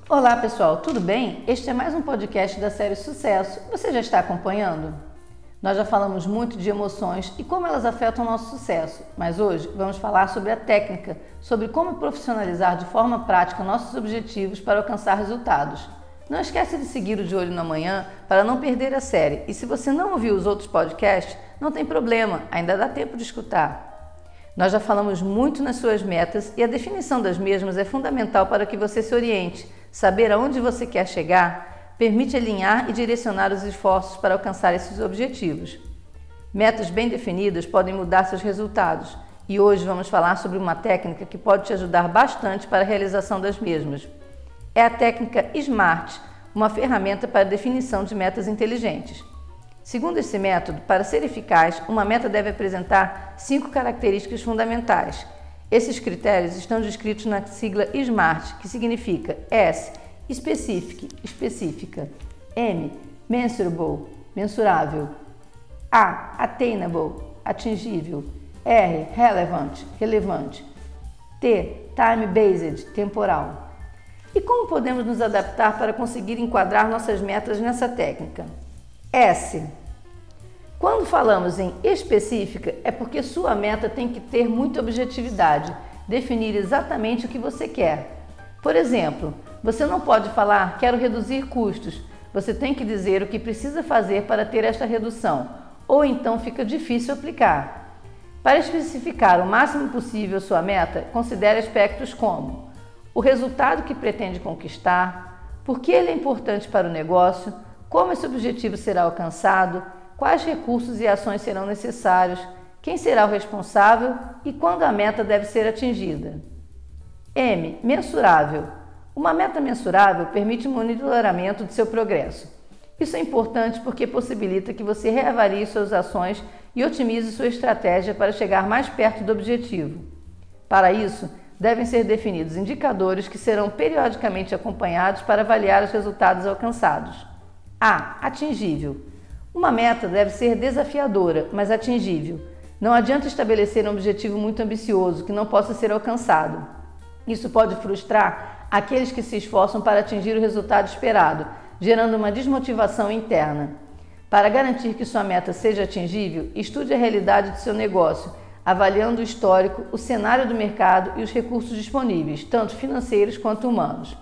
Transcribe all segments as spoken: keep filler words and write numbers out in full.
Olá pessoal, tudo bem? Este é mais um podcast da série Sucesso. Você já está acompanhando? Nós já falamos muito de emoções e como elas afetam o nosso sucesso, mas hoje vamos falar sobre a técnica, sobre como profissionalizar de forma prática nossos objetivos para alcançar resultados. Não esqueça de seguir o De Olho no Amanhã para não perder a série. E se você não ouviu os outros podcasts, não tem problema, ainda dá tempo de escutar. Nós já falamos muito nas suas metas e a definição das mesmas é fundamental para que você se oriente. Saber aonde você quer chegar permite alinhar e direcionar os esforços para alcançar esses objetivos. Metas bem definidas podem mudar seus resultados e hoje vamos falar sobre uma técnica que pode te ajudar bastante para a realização das mesmas. É a técnica SMART, uma ferramenta para a definição de metas inteligentes. Segundo esse método, para ser eficaz, uma meta deve apresentar cinco características fundamentais. Esses critérios estão descritos na sigla SMART, que significa S, Specific, específica, M, Measurable, mensurável, A, Attainable, atingível, R, Relevant, relevante, T, Time-Based, temporal. E como podemos nos adaptar para conseguir enquadrar nossas metas nessa técnica? S. Quando falamos em específica, é porque sua meta tem que ter muita objetividade, definir exatamente o que você quer. Por exemplo, você não pode falar quero reduzir custos, você tem que dizer o que precisa fazer para ter esta redução, ou então fica difícil aplicar. Para especificar o máximo possível sua meta, considere aspectos como o resultado que pretende conquistar, por que ele é importante para o negócio, como esse objetivo será alcançado, quais recursos e ações serão necessários, quem será o responsável e quando a meta deve ser atingida. M. Mensurável. Uma meta mensurável permite o monitoramento de seu progresso. Isso é importante porque possibilita que você reavalie suas ações e otimize sua estratégia para chegar mais perto do objetivo. Para isso, devem ser definidos indicadores que serão periodicamente acompanhados para avaliar os resultados alcançados. A. Atingível. Uma meta deve ser desafiadora, mas atingível. Não adianta estabelecer um objetivo muito ambicioso que não possa ser alcançado. Isso pode frustrar aqueles que se esforçam para atingir o resultado esperado, gerando uma desmotivação interna. Para garantir que sua meta seja atingível, estude a realidade do seu negócio, avaliando o histórico, o cenário do mercado e os recursos disponíveis, tanto financeiros quanto humanos.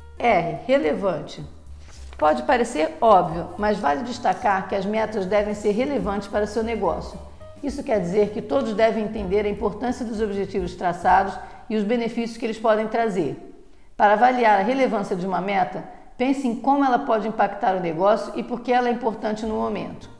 R. Relevante. Pode parecer óbvio, mas vale destacar que as metas devem ser relevantes para seu negócio. Isso quer dizer que todos devem entender a importância dos objetivos traçados e os benefícios que eles podem trazer. Para avaliar a relevância de uma meta, pense em como ela pode impactar o negócio e por que ela é importante no momento.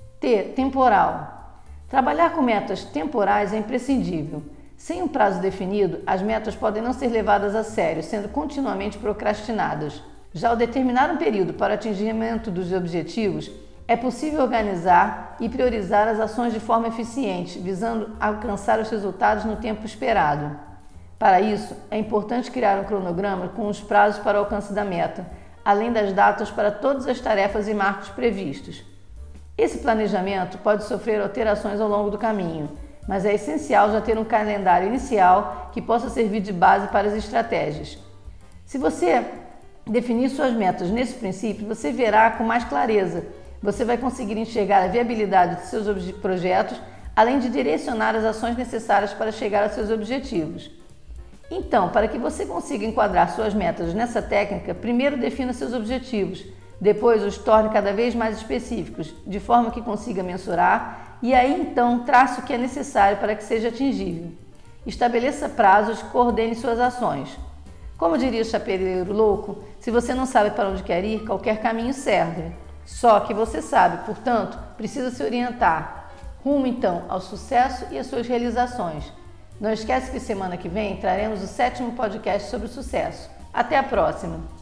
T. Temporal. Trabalhar com metas temporais é imprescindível. Sem um prazo definido, as metas podem não ser levadas a sério, sendo continuamente procrastinadas. Já ao determinar um período para o atingimento dos objetivos, é possível organizar e priorizar as ações de forma eficiente, visando alcançar os resultados no tempo esperado. Para isso, é importante criar um cronograma com os prazos para o alcance da meta, além das datas para todas as tarefas e marcos previstos. Esse planejamento pode sofrer alterações ao longo do caminho, mas é essencial já ter um calendário inicial que possa servir de base para as estratégias. Se você definir suas metas nesse princípio, você verá com mais clareza. Você vai conseguir enxergar a viabilidade de seus projetos, além de direcionar as ações necessárias para chegar a seus objetivos. Então, para que você consiga enquadrar suas metas nessa técnica, primeiro defina seus objetivos, depois os torne cada vez mais específicos, de forma que consiga mensurar, e aí então trace o que é necessário para que seja atingível. Estabeleça prazos e coordene suas ações. Como diria o chapeleiro louco, se você não sabe para onde quer ir, qualquer caminho serve. Só que você sabe, portanto, precisa se orientar. Rumo então ao sucesso e às suas realizações. Não esquece que semana que vem traremos o sétimo podcast sobre o sucesso. Até a próxima!